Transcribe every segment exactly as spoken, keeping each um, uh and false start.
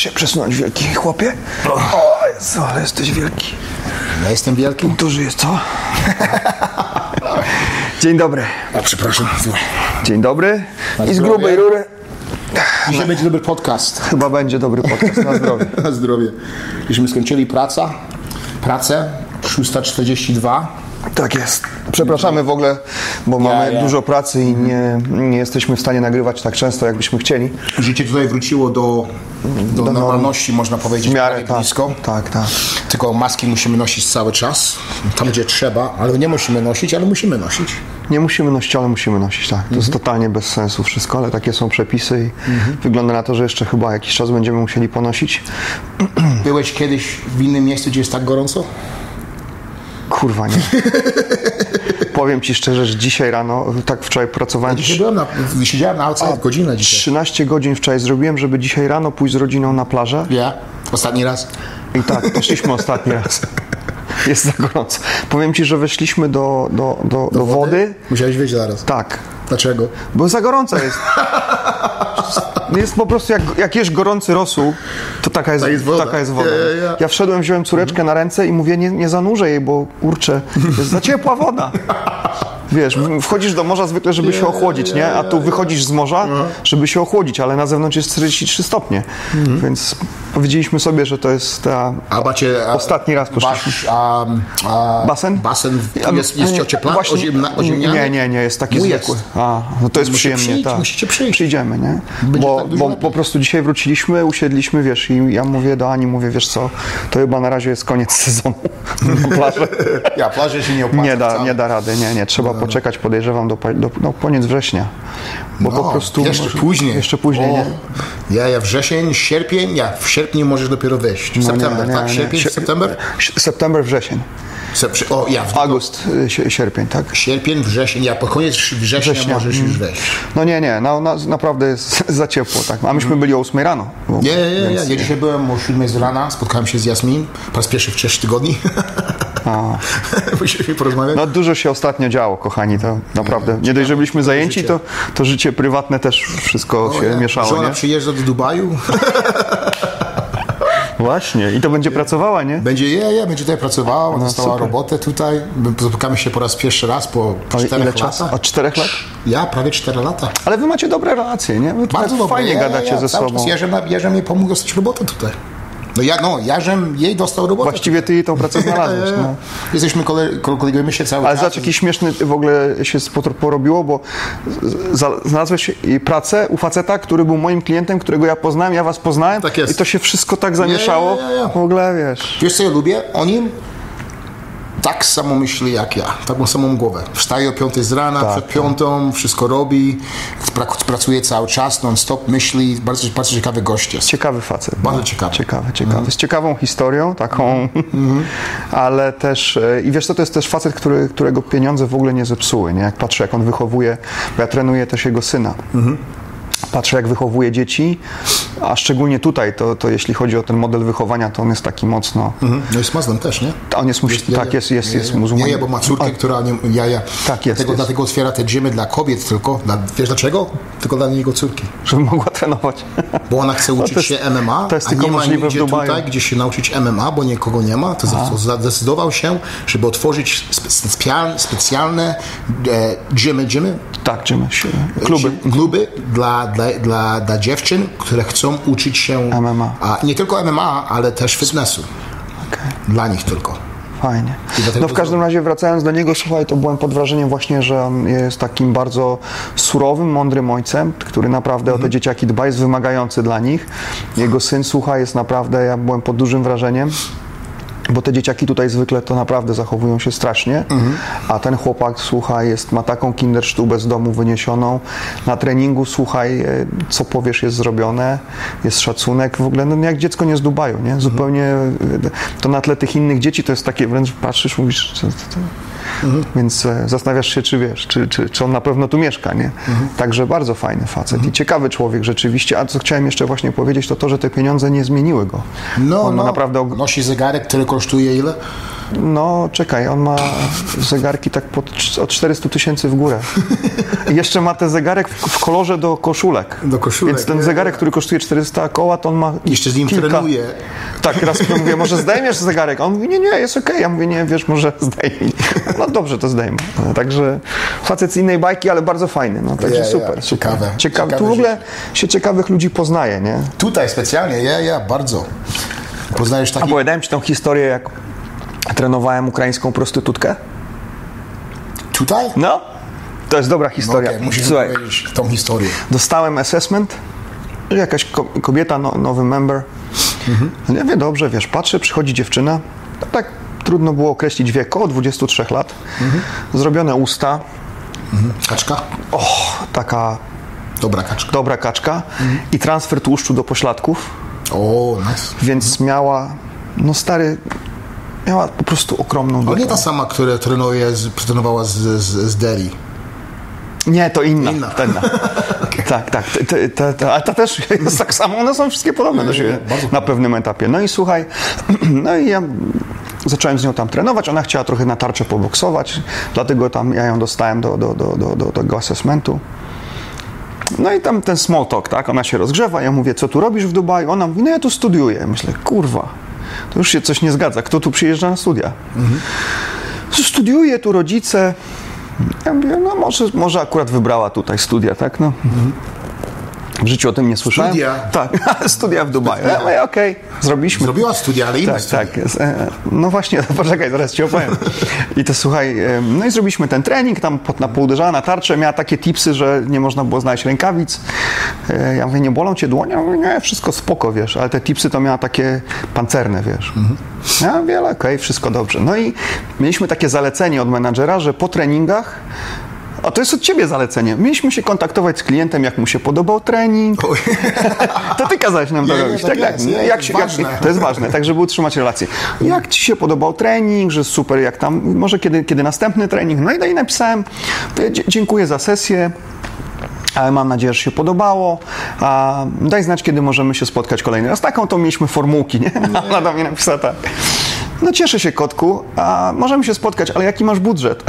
się przesunąć, wielki chłopie? O Jezu, ale jesteś wielki. Ja jestem wielki? Duży jest, co? Dzień dobry. A przepraszam. Dzień dobry. Na I z zdrowie. grubej rury. Dzisiaj będzie dobry podcast. Chyba będzie dobry podcast, na zdrowie. Na zdrowie. Jeśmy skończyli praca, pracę, szósta czterdzieści dwa. Tak jest. Przepraszamy w ogóle, bo mamy ja. dużo pracy i nie, nie jesteśmy w stanie nagrywać tak często, jakbyśmy chcieli. Życie tutaj wróciło do, do, do normalności, można powiedzieć, W miarę, prawie tak, blisko. tak, tak. Tylko maski musimy nosić cały czas, tam gdzie trzeba, ale nie musimy nosić, ale musimy nosić. Nie musimy nosić, ale musimy nosić, tak. To jest totalnie bez sensu wszystko, ale takie są przepisy i wygląda na to, że jeszcze chyba jakiś czas będziemy musieli ponosić. Byłeś kiedyś w innym miejscu, gdzie jest tak gorąco? Kurwa, nie. Powiem ci szczerze, że dzisiaj rano, tak wczoraj pracowałem... Dzisiaj byłem na, siedziałem na outside godzinę dzisiaj. trzynaście godzin wczoraj zrobiłem, żeby dzisiaj rano pójść z rodziną na plażę. Ja? Ostatni raz? I tak, poszliśmy ostatni raz. Jest za gorąco. Powiem ci, że weszliśmy do, do, do, do, do wody. wody. Musiałeś wyjść zaraz. Tak. Dlaczego? Bo za gorąco jest. Jest po prostu, jak, jak jesz gorący rosół, to taka jest, Ta jest woda. Taka jest woda. Ja, ja, ja. Ja wszedłem, wziąłem córeczkę na ręce i mówię, nie, nie zanurzę jej, bo kurczę, jest za ciepła woda. Wiesz, wchodzisz do morza zwykle, żeby się ochłodzić, nie? A tu wychodzisz z morza, żeby się ochłodzić, ale na zewnątrz jest czterdzieści trzy stopnie. Więc powiedzieliśmy sobie, że to jest ta... A macie... A, ostatni raz poszliśmy. Wasz, a, a, basen? Basen jest, jest ocieplany? Właśnie, Oziemniany? Nie, nie, nie, jest taki Mój zwykły. jest. A, no to jest Musicie przyjemnie, przyjść, tak. musicie przyjść. Przyjdziemy, nie? Będzie Bo, tak dużo bo lepiej. po prostu dzisiaj wróciliśmy, usiedliśmy, wiesz, i ja mówię do Ani, mówię, wiesz co, to chyba na razie jest koniec sezonu na plaży. Ja, plażę się nie opłaca Nie da, wcale. nie da rady, nie, nie, trzeba poczekać, podejrzewam, do, do no, koniec września. Bo No, po prostu... jeszcze może, później. Jeszcze później, o, nie? Ja, ja wrzesień, sierpień, ja w sierpniu możesz dopiero wyjść. No nie, September, nie, tak? nie. Sierpień, Sie- september? September, wrzesień. Sep- o, ja w August, y, sie- sierpień, tak? Sierpień, wrzesień, ja po koniec września, Września. możesz już wejść. No nie, nie, no, no, naprawdę jest za ciepło, tak. A myśmy byli o ósmej rano. Bo, Nie, nie, nie, więc- ja dzisiaj byłem o siódmej z rana, spotkałem się z Jasmin, po raz pierwszy w trzech tygodni. A. Musimy porozmawiać. No dużo się ostatnio działo, kochani, to naprawdę. Nie dość, że byliśmy zajęci, życie. to, to życie prywatne też wszystko się nie. mieszało, Żona nie? przyjeżdża do Dubaju. Właśnie, i to będzie pracowała, nie? Będzie, je, je, będzie tutaj pracowała, dostała super. robotę tutaj. Spotkamy się po raz pierwszy raz po Ale czterech ile czasu? latach. Od czterech lat? Ja prawie cztery lata. Ale wy macie dobre relacje, nie? Wy Bardzo tak dobre. fajnie ja, gadacie ja, ze cały sobą. Czas ja, żem, ja, żem jej pomógł dostać robotę tutaj. No ja, no, ja żem jej dostał robotę. Właściwie ty jej tą pracę znalazłeś, no. Jesteśmy kole, kolegujemy się cały Ale czas. zobacz, jaki śmieszny w ogóle się spotro- porobiło, bo z- za- znalazłeś jej pracę u faceta, który był moim klientem, którego ja poznałem, ja was poznałem Tak jest. i to się wszystko tak zamieszało. Ja, ja, ja. W ogóle, wiesz... Wiesz co ja lubię? O nim tak samo myśli jak ja, taką samą głowę. Wstaje o piątej z rana, Tak, przed tak. piątą, wszystko robi, pra- pracuje cały czas, non-stop, myśli, bardzo, bardzo ciekawy gość jest. Ciekawy facet. Bardzo ciekawy. Ciekawy, ciekawy. Z ciekawą historią, taką, ale też, e, i wiesz co, to jest też facet, który, którego pieniądze w ogóle nie zepsuły, nie? Jak patrzę, jak on wychowuje, bo ja trenuję też jego syna. Patrzę, jak wychowuje dzieci, a szczególnie tutaj, to, to jeśli chodzi o ten model wychowania, to on jest taki mocno... Mhm. No i z Muslim też, nie? On jest, muś... tak, jest, jest, jest Nie, muzułmanin. nie, bo ma córkę, która nie, ja, ja. Tak, jest, Dlatego, jest. dlatego otwiera te gymy dla kobiet tylko. Dla, wiesz dlaczego? Tylko dla jego córki. Żeby mogła trenować. Bo ona chce uczyć to jest- się M M A, to jest a tylko nie ma możliwe w nigdzie Dubaju. tutaj, gdzie się nauczyć M M A, bo nikogo nie ma, to, to zdecydował się, żeby otworzyć spe, specjalne, specjalne e, gymy, gymy, Tak, gdzie się... Kluby. kluby dla, dla, dla, dla dziewczyn, które chcą uczyć się M M A. A, nie tylko M M A, ale też fitnessu. Okej. Dla nich tylko. Fajnie. I dlatego No w każdym razie wracając do niego, słuchaj, to byłem pod wrażeniem właśnie, że on jest takim bardzo surowym, mądrym ojcem, który naprawdę Mhm. o te dzieciaki dba, jest wymagający dla nich. Jego syn, słuchaj, jest naprawdę, ja byłem pod dużym wrażeniem. Bo te dzieciaki tutaj zwykle to naprawdę zachowują się strasznie, Mhm. a ten chłopak, słuchaj, jest, ma taką kindersztubę z domu wyniesioną. Na treningu, słuchaj, e, co powiesz, jest zrobione, jest szacunek. W ogóle, no jak dziecko nie z Dubaju, nie? Zupełnie, e, to na tle tych innych dzieci to jest takie, wręcz patrzysz, mówisz, co, co, co. Mhm. Więc e, zastanawiasz się, czy wiesz, czy, czy, czy on na pewno tu mieszka, nie? Mhm. Także bardzo fajny facet mhm. i ciekawy człowiek rzeczywiście. A co chciałem jeszcze właśnie powiedzieć, to to, że te pieniądze nie zmieniły go. No, on no. naprawdę og... nosi zegarek, który kosztuje ile? No, czekaj, on ma zegarki tak pod, od czterysta tysięcy w górę. I jeszcze ma ten zegarek w, w kolorze do koszulek. Do koszulek. Więc ten nie, zegarek, który kosztuje czterysta koła, to on ma jeszcze z nim kilka... trenuje. Tak, raz ja mówię, może zdejmiesz zegarek? A on mówi, nie, nie, jest okej. Okay. Ja mówię, nie, wiesz, może zdejmij. No dobrze, to zdejmę. Także facet z innej bajki, ale bardzo fajny. No, także yeah, super, yeah. super. Ciekawe. Ciekawe. Ciekawe Tu w ogóle życie. się ciekawych ludzi poznaje, nie? Tutaj specjalnie, ja, ja, bardzo. Poznajesz taki... Opowiadałem ci tą historię, jak trenowałem ukraińską prostytutkę? Tutaj? No, to jest dobra historia. No okay, musisz Słuchaj, powiedzieć tą historię. dostałem assessment, jakaś ko- kobieta, no, nowy member. Mhm. No ja wiem, dobrze, wiesz, patrzę, przychodzi dziewczyna, no, tak trudno było określić wiek, około dwudziestu trzech lat, mhm. zrobione usta. Mhm. Kaczka? O, taka dobra kaczka. Dobra kaczka mhm. i transfer tłuszczu do pośladków. O, nice. Więc mhm. miała, no stary, miała po prostu ogromną dupę. Ale nie ta sama, która trenuje, z, trenowała z, z, z Delhi. Nie, to inna. inna. Ta inna. Okay. Tak, tak. Ta, ta, ta, a ta też jest tak samo. One są wszystkie podobne do siebie na pewnym etapie. No i słuchaj, no i ja zacząłem z nią tam trenować. Ona chciała trochę na tarczę poboksować, dlatego tam ja ją dostałem do, do, do, do, do tego assessmentu. No i tam ten small talk, tak? Ona się rozgrzewa, ja mówię, co tu robisz w Dubaju? Ona mówi, no ja tu studiuję. Myślę, kurwa, to już się coś nie zgadza. Kto tu przyjeżdża na studia? Mhm. Studiuje tu rodzice. Ja mówię, no może, może akurat wybrała tutaj studia, tak? No. Mhm. W życiu o tym nie słyszałem. Studia? Tak, studia w Dubaju. Ja mówię, okej, okay, zrobiliśmy. Zrobiła studia, ale inne tak, studia. Tak, no właśnie, poczekaj, zaraz ci opowiem. I to słuchaj, no i zrobiliśmy ten trening, tam na pouderzała na tarczę, miała takie tipsy, że nie można było znaleźć rękawic. Ja mówię, nie bolą cię dłonie? Ja mówię, nie, wszystko spoko, wiesz, ale te tipsy to miała takie pancerne, wiesz. Mhm. Ja mówię, okej, okay, wszystko dobrze. No i mieliśmy takie zalecenie od menadżera, że po treningach, a to jest od ciebie zalecenie. Mieliśmy się kontaktować z klientem, jak mu się podobał trening. To ty kazałeś nam to nie, robić. Nie, tak, tak, jest, tak. nie, Jak się, ważne. Jak, to jest ważne, tak, żeby utrzymać relację. Jak ci się podobał trening, że super, jak tam, może kiedy, kiedy następny trening. No i dalej napisałem, dziękuję za sesję. Ale mam nadzieję, że się podobało. A daj znać, kiedy możemy się spotkać kolejny raz. Taką to mieliśmy formułki, nie? nie. Ona do mnie napisała tak. No cieszę się, kotku, a możemy się spotkać, ale jaki masz budżet?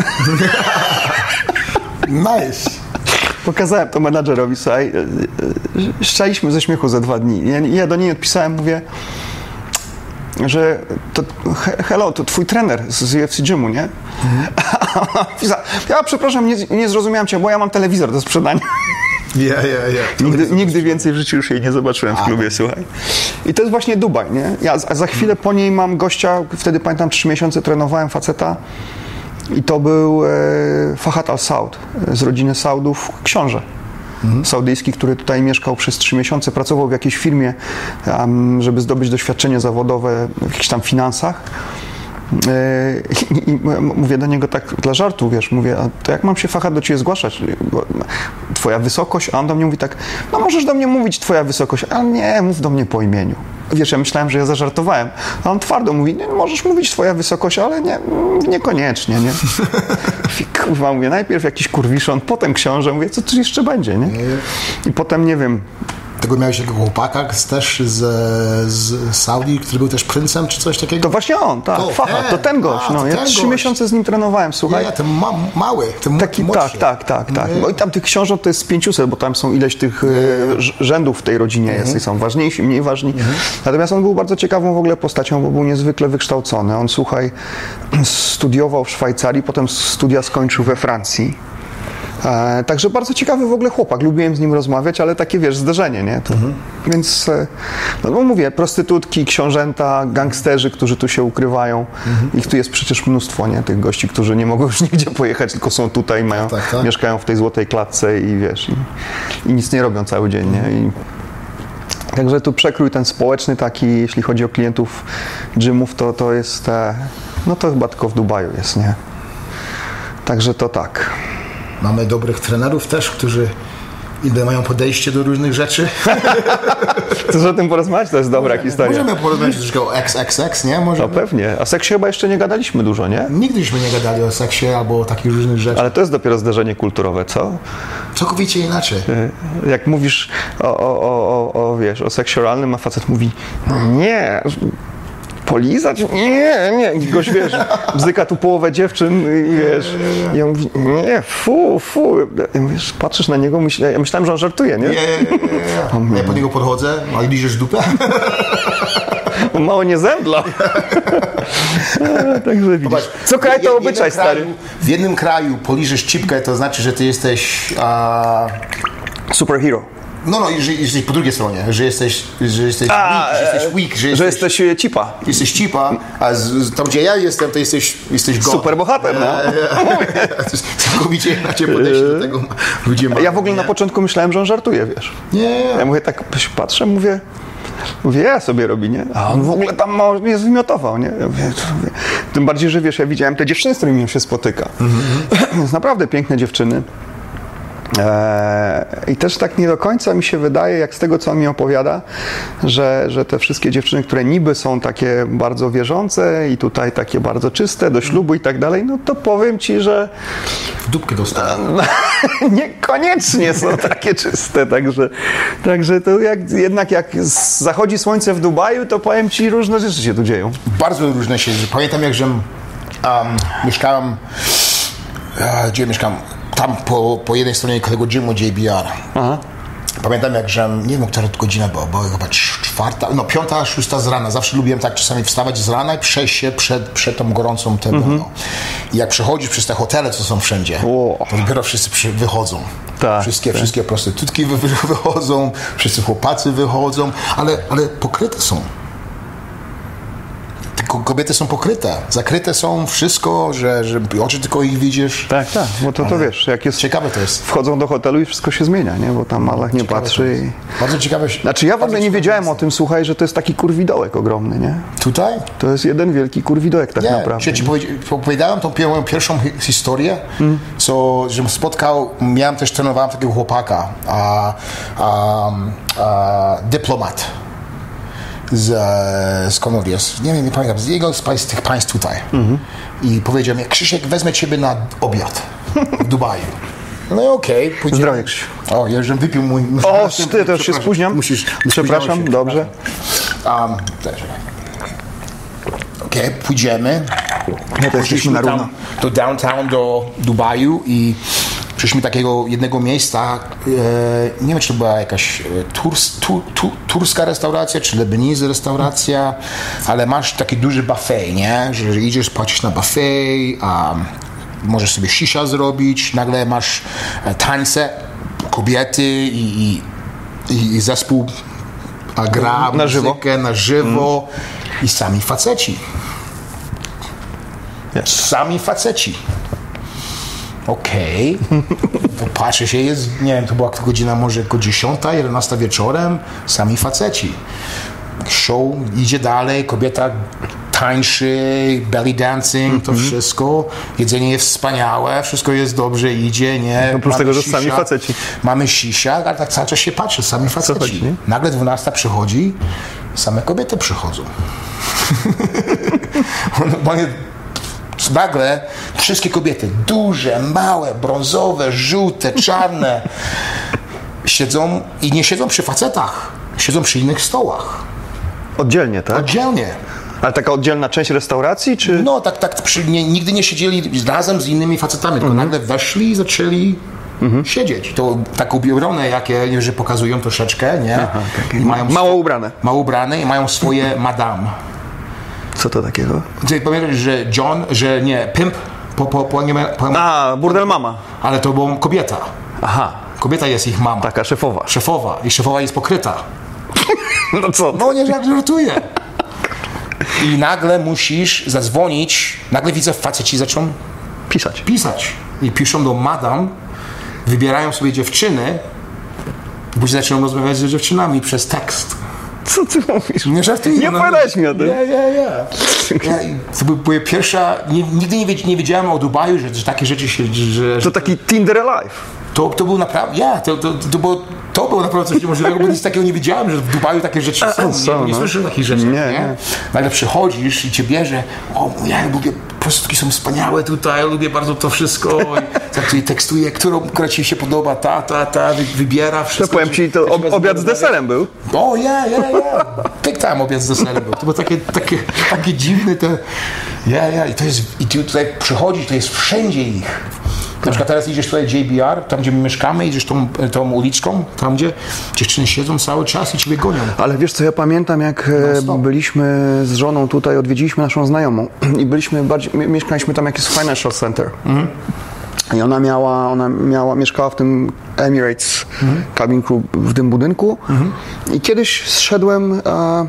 Nice. Pokazałem to menadżerowi, słuchaj, szczaliśmy ze śmiechu za dwa dni. Ja, ja do niej odpisałem, mówię, że to, hello, to twój trener z U F C Gymu, nie? Mhm. Ja przepraszam, nie, nie zrozumiałem cię, bo ja mam telewizor do sprzedania. Yeah, yeah, yeah. Nigdy, nigdy więcej w życiu już jej nie zobaczyłem w klubie, słuchaj. I to jest właśnie Dubaj, nie? Ja za, za chwilę po niej mam gościa, wtedy pamiętam, trzy miesiące trenowałem faceta i to był e, Fahad Al-Saud z rodziny Saudów, książę. Mhm. Saudyjski, który tutaj mieszkał przez trzy miesiące, pracował w jakiejś firmie, um, żeby zdobyć doświadczenie zawodowe w jakichś tam finansach. I, i mówię do niego tak dla żartu, wiesz, mówię, a to jak mam się Fahad do ciebie zgłaszać? Twoja wysokość? A on do mnie mówi tak, no możesz do mnie mówić twoja wysokość, ale nie, mów do mnie po imieniu. Wiesz, ja myślałem, że ja zażartowałem, a on twardo mówi, nie, możesz mówić twoja wysokość, ale nie, niekoniecznie, nie? Kurwa, mówię, najpierw jakiś kurwiszon, potem książę, mówię, co tu jeszcze będzie, nie? I potem, nie wiem, tego miałeś takiego chłopaka też z, z Saudi, który był też princem, czy coś takiego? To właśnie on, tak, to, Fahad, to ten gość, a, no, ja trzy miesiące z nim trenowałem, słuchaj. Nie, ten ma, mały, ten Taki, młodszy. Tak, tak, tak, tak. No i tam tych książąt to jest pięćset, bo tam są ileś tych e, rzędów w tej rodzinie mhm. jest i są ważniejsi, mniej ważni. Mhm. Natomiast on był bardzo ciekawą w ogóle postacią, bo był niezwykle wykształcony. On, słuchaj, studiował w Szwajcarii, potem studia skończył we Francji. E, także bardzo ciekawy w ogóle chłopak. Lubiłem z nim rozmawiać, ale takie, wiesz, zderzenie, nie? To, mhm. Więc, e, no, no mówię, prostytutki, książęta, gangsterzy, którzy tu się ukrywają. Mhm. Ich tu jest przecież mnóstwo, nie? Tych gości, którzy nie mogą już nigdzie pojechać, tylko są tutaj, mają, tak, tak. mieszkają w tej złotej klatce i wiesz, i, i nic nie robią cały dzień, nie? I, także tu przekrój ten społeczny taki, jeśli chodzi o klientów gymów, to, to jest, e, no to chyba tylko w Dubaju jest, nie? Także to tak. Mamy dobrych trenerów też, którzy inne mają podejście do różnych rzeczy. Chcesz o tym porozmawiać? To jest dobra historia. Możemy porozmawiać troszkę o X X X, nie? Możemy. No pewnie. O seksie chyba jeszcze nie gadaliśmy dużo, nie? Nigdyśmy nie gadali o seksie albo o takich różnych rzeczach. Ale to jest dopiero zderzenie kulturowe, co? Całkowicie inaczej. Jak mówisz o, o, o, o, wiesz, o seksie oralnym, a facet mówi nie, polizać? Nie, nie. I goś, wiesz, bzyka tu połowę dziewczyn i wiesz, i on mówi, nie, fu, fu. I mówisz, patrzysz na niego, myśl, ja myślałem, że on żartuje, nie? Nie, nie, nie. Ja po niego podchodzę, a liżesz dupę? On mało nie zemdla. Także widzisz. Co kraj to obyczaj, stary? W jednym kraju poliżesz cipkę, to znaczy, że ty jesteś... A... Superhero. No, no, i że jesteś po drugiej stronie, że jesteś, że jesteś a, weak, że jesteś weak, że, że jesteś, jesteś cipa. Jesteś cipa, a z, z, tam, gdzie ja jestem, to jesteś, jesteś god. Super bohater, no. To jest całkowicie inaczej podejście do tego. Ludzie mają, ja w ogóle nie? na początku myślałem, że on żartuje, wiesz. Nie. Ja mówię, tak patrzę, mówię, mówię, ja sobie robi, nie? A on w ogóle tam mało mnie zwymiotował, nie? Ja mówię, mówię. Tym bardziej, że wiesz, ja widziałem te dziewczyny, z którymi on się spotyka. Mm-hmm. Więc naprawdę piękne dziewczyny. Eee, I też tak nie do końca mi się wydaje, jak z tego, co on mi opowiada, że, że te wszystkie dziewczyny, które niby są takie bardzo wierzące i tutaj takie bardzo czyste, do ślubu i tak dalej, no to powiem ci, że w dupkę dostałem. Niekoniecznie są takie czyste, także, także to jak, jednak jak zachodzi słońce w Dubaju, to powiem ci, różne rzeczy się tu dzieją. Bardzo różne się dzieją. Pamiętam, jak żem, um, mieszkałem, uh, gdzie mieszkam? Tam po, po jednej stronie tego gymu J B R. Aha. Pamiętam, jak że, nie wiem, która to godzina była, była chyba czwarta, no piąta, szósta z rana. Zawsze lubiłem tak czasami wstawać z rana i przejść się przed, przed tą gorącą tebą. Mm-hmm. No. I jak przechodzisz przez te hotele, co są wszędzie, wow. to dopiero wszyscy przy, wychodzą. Tak, wszystkie, tak. wszystkie prostytutki wy, wychodzą, wszyscy chłopacy wychodzą, ale, ale pokryte są. Kobiety są pokryte, zakryte są wszystko, że, że oczy tylko ich widzisz. Tak, tak, bo to, to wiesz, jak jest... Ciekawe to jest. Wchodzą do hotelu i wszystko się zmienia, nie? Bo tam Malach nie ciekawe patrzy. I... Bardzo ciekawe. Znaczy ja w ogóle nie wiedziałem o tym, słuchaj, że to jest taki kurwidołek ogromny, nie? Tutaj? To jest jeden wielki kurwidołek tak nie, naprawdę. Ja ci opowiadałem tą pierwszą historię, hmm. co, żebym spotkał, miałem też, trenowałem takiego chłopaka, a, a, a, dyplomat. Z, skąd on jest? Nie wiem, nie pamiętam, z jego z, z tych państw tutaj. Mm-hmm. I powiedział mi, Krzysiek, wezmę ciebie na obiad w Dubaju. No i okej, okay, pójdziemy. Zdrowie, Krzysiu. O, ja już wypił mój... O, ty, to już się spóźniam. Musisz, przepraszam, się, dobrze. Um, okej, okay, pójdziemy. Ja to jesteśmy na równo. Do downtown, do Dubaju i przyszliśmy takiego jednego miejsca, e, nie wiem, czy to była jakaś turs, tu, tu, turska restauracja, czy Lebanese restauracja, ale masz taki duży buffet, nie? Że idziesz, płacisz na buffet, a możesz sobie shisha zrobić, nagle masz tańce, kobiety i, i, i zespół a gra na muzykę żywo. na żywo mm. i sami faceci. Yes. Sami faceci. Okej, okay. Patrzę się, jest, nie wiem, to była godzina może około dziesiąta, jedenasta wieczorem, sami faceci. Show idzie dalej, kobieta tańczy, belly dancing, mm-hmm. to wszystko. Jedzenie jest wspaniałe, wszystko jest dobrze, idzie, nie? Oprócz mamy tego, że sami faceci. Mamy sisia, ale tak cały czas się patrzy, sami faceci. Chodzi, nagle dwunasta przychodzi, same kobiety przychodzą. Nagle wszystkie kobiety, duże, małe, brązowe, żółte, czarne, siedzą i nie siedzą przy facetach, siedzą przy innych stołach. Oddzielnie, tak? Oddzielnie. Ale taka oddzielna część restauracji, czy? No, tak, tak przy, nie, nigdy nie siedzieli razem z innymi facetami, tylko mhm. nagle weszli i zaczęli mhm. siedzieć. To tak ubiorone, jakie, że pokazują troszeczkę, nie? Aha, okay. I mają mało ubrane. Mało ubrane i mają swoje madame. Co to takiego? Ty pamiętasz, że John, że nie, pimp po, po, po, nie, po A, burdel mama. Ale to była kobieta. Aha. Kobieta jest ich mama. Taka szefowa. Szefowa. I szefowa jest pokryta. No co? No nie żartuję. I nagle musisz zadzwonić, nagle widzę, faceci zaczną pisać. Pisać. I piszą do madam, wybierają sobie dziewczyny, później zaczynają rozmawiać z dziewczynami przez tekst. Co ty mówisz? Nie żartuję. Nie opowiadałeś mi o tym. Nie, nie, nie. To była pierwsza... Nie, nigdy nie, nie wiedziałem o Dubaju, że, że takie rzeczy się... Że, to taki Tinder Alive. To, to było naprawdę, ja, to, to, to, było, to było naprawdę coś niemożliwego, bo nic takiego nie wiedziałem, że w Dubaju takie rzeczy są. są nie nie no. słyszę takich rzeczy. Nie, nie? nie. Nagle przychodzisz i cię bierze, o, ja lubię, prostki są wspaniałe tutaj, lubię bardzo to wszystko. I tak tutaj tekstuje, którą, która ci się podoba, ta, ta, ta, wybiera wszystko. To powiem ci, to ob, obiad z deserem był. O, ja, ja, ja. Big time obiad z deserem był. To było takie, takie, takie dziwne te... Ja, ja. I to jest, i ty tutaj przychodzisz, to jest wszędzie ich. Na przykład teraz idziesz tutaj J B R, tam gdzie my mieszkamy, idziesz tą, tą uliczką, tam gdzie dziewczyny siedzą cały czas i ciebie gonią. Ale wiesz co, ja pamiętam jak no, byliśmy z żoną tutaj, odwiedziliśmy naszą znajomą i byliśmy bardziej, mieszkaliśmy tam jak jest Financial Center. Mhm. I ona miała, ona miała, mieszkała w tym Emirates mhm. cabin crew w tym budynku mhm. i kiedyś zszedłem a,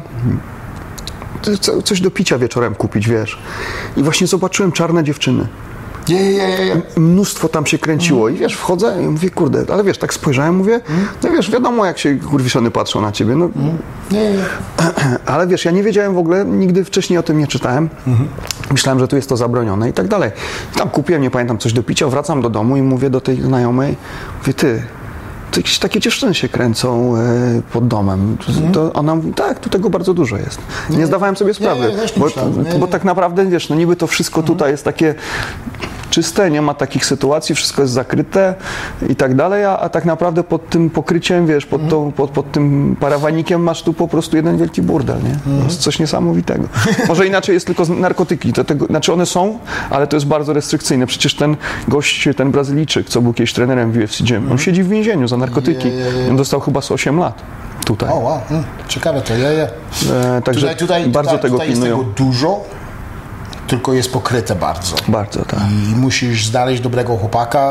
coś do picia wieczorem kupić, wiesz. I właśnie zobaczyłem czarne dziewczyny. Je, je, je, je. Mnóstwo tam się kręciło mm. i wiesz, wchodzę i mówię, kurde, ale wiesz, tak spojrzałem, mówię, mm. no wiesz, wiadomo jak się kurwiszony patrzą na ciebie, no. Mm. Je, je. Ale wiesz, ja nie wiedziałem w ogóle, nigdy wcześniej o tym nie czytałem, mm. myślałem, że tu jest to zabronione i tak dalej. Tam kupiłem, nie pamiętam, coś do picia, wracam do domu i mówię do tej znajomej, mówię, ty, to jakieś takie dziewczyny się kręcą e, pod domem. Mm. To ona mówi, tak, tu tego bardzo dużo jest. Nie, nie zdawałem sobie sprawy, nie, nie, nie, bo, nie, bo tak naprawdę, wiesz, no niby to wszystko mm. tutaj jest takie czyste, nie ma takich sytuacji, wszystko jest zakryte i tak dalej, a, a tak naprawdę pod tym pokryciem, wiesz, pod, to, pod, pod tym parawanikiem masz tu po prostu jeden wielki burdel, nie? To jest coś niesamowitego. Może inaczej jest tylko narkotyki, to tego, znaczy one są, ale to jest bardzo restrykcyjne. Przecież ten gość, ten Brazylijczyk, co był kiedyś trenerem w U F C Gym, on siedzi w więzieniu za narkotyki. Je, je, je. On dostał chyba z osiem lat tutaj. O, wow. hmm. Ciekawe to, je, je. E, także tutaj, tutaj, bardzo tutaj, tego tutaj pilnują. Jest tego dużo, tylko jest pokryte bardzo. Bardzo, tak. I musisz znaleźć dobrego chłopaka